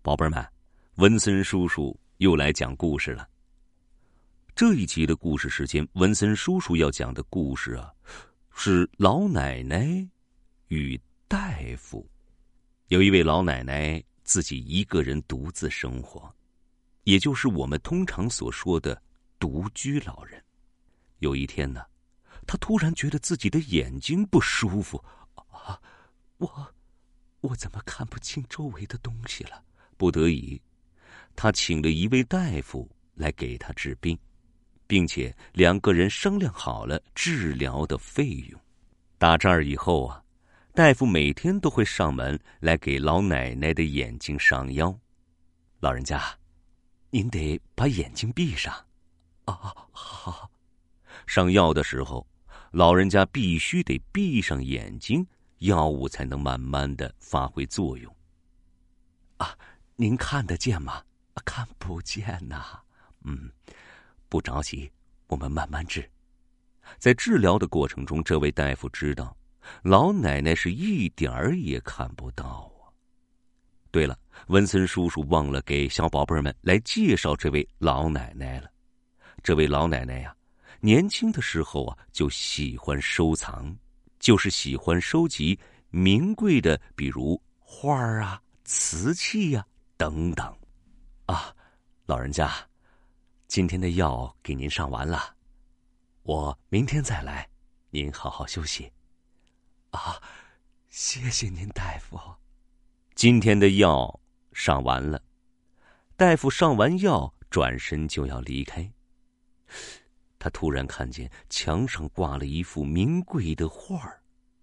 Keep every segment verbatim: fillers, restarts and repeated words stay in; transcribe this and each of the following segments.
宝贝儿们，文森叔叔又来讲故事了。这一集的故事时间，文森叔叔要讲的故事啊，是老奶奶与大夫。有一位老奶奶自己一个人独自生活，也就是我们通常所说的独居老人。有一天呢，她突然觉得自己的眼睛不舒服啊，我我怎么看不清周围的东西了？不得已，她请了一位大夫来给她治病，并且两个人商量好了治疗的费用。打这儿以后啊，大夫每天都会上门来给老奶奶的眼睛上药。老人家，您得把眼睛闭上。啊，好。上药的时候，老人家必须得闭上眼睛，药物才能慢慢的发挥作用。啊，您看得见吗？看不见呐。嗯，不着急，我们慢慢治。在治疗的过程中，这位大夫知道老奶奶是一点儿也看不到啊。对了，文森叔叔忘了给小宝贝们来介绍这位老奶奶了。这位老奶奶呀、啊，年轻的时候啊就喜欢收藏，就是喜欢收集名贵的，比如画啊、瓷器呀、啊、等等。啊，老人家，今天的药给您上完了，我明天再来，您好好休息。啊，谢谢您，大夫。今天的药上完了，大夫上完药，转身就要离开。他突然看见墙上挂了一幅名贵的画儿。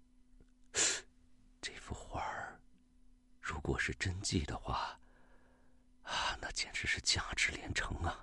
这幅画儿，如果是真迹的话，啊，那简直是价值连城啊！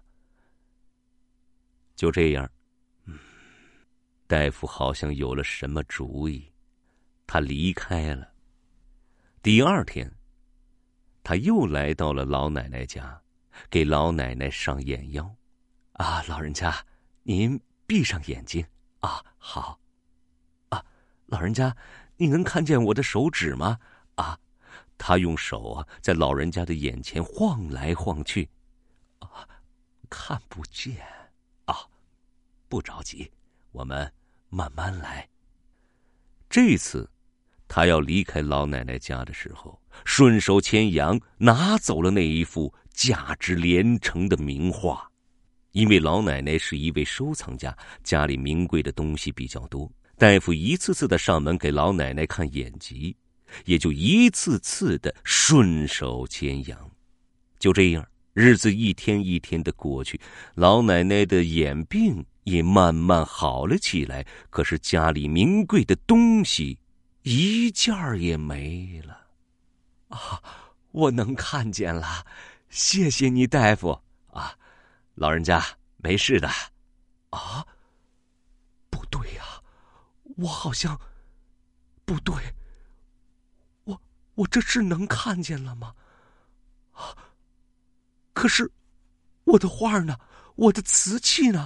就这样，嗯，大夫好像有了什么主意，他离开了。第二天，他又来到了老奶奶家，给老奶奶上眼药。啊，老人家，您闭上眼睛。啊，好。啊，老人家，你能看见我的手指吗？啊，他用手啊在老人家的眼前晃来晃去。啊，看不见。啊，不着急，我们慢慢来。这次他要离开老奶奶家的时候，顺手牵羊拿走了那一幅价值连城的名画。因为老奶奶是一位收藏家，家里名贵的东西比较多，大夫一次次的上门给老奶奶看眼疾，也就一次次的顺手牵羊。就这样，日子一天一天的过去，老奶奶的眼病也慢慢好了起来，可是家里名贵的东西一件儿也没了。啊，我能看见了，谢谢你，大夫。啊，老人家没事的。啊，不对呀、啊，我好像不对，我我这是能看见了吗？啊，可是我的画呢？我的瓷器呢？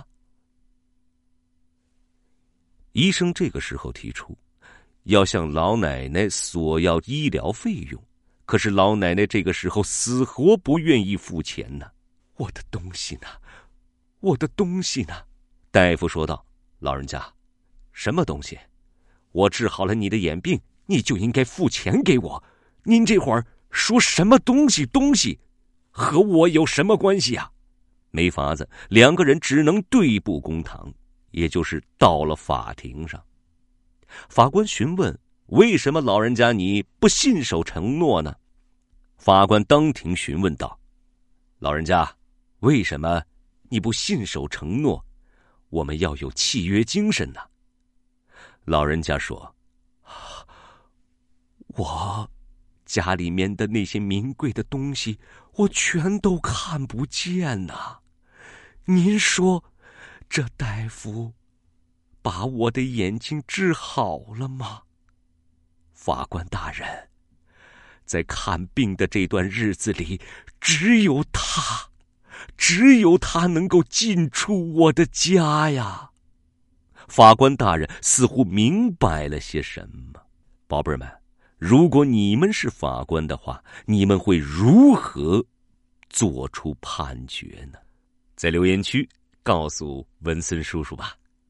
医生这个时候提出要向老奶奶索要医疗费用，可是老奶奶这个时候死活不愿意付钱呢。我的东西呢？我的东西呢？大夫说道。老人家，什么东西？我治好了你的眼病，你就应该付钱给我。您这会儿说什么东西东西，和我有什么关系啊？没法子，两个人只能对簿公堂，也就是到了法庭上。法官询问，为什么老人家你不信守承诺呢？法官当庭询问道，老人家，为什么你不信守承诺？我们要有契约精神呢。老人家说，我家里面的那些名贵的东西我全都看不见呐。您说这大夫把我的眼睛治好了吗？法官大人，在看病的这段日子里，只有他只有他能够进出我的家呀。法官大人似乎明白了些什么。宝贝儿们， 如果你们是法官的话，你们会如何做出判决呢？在留言区告诉文森叔叔吧。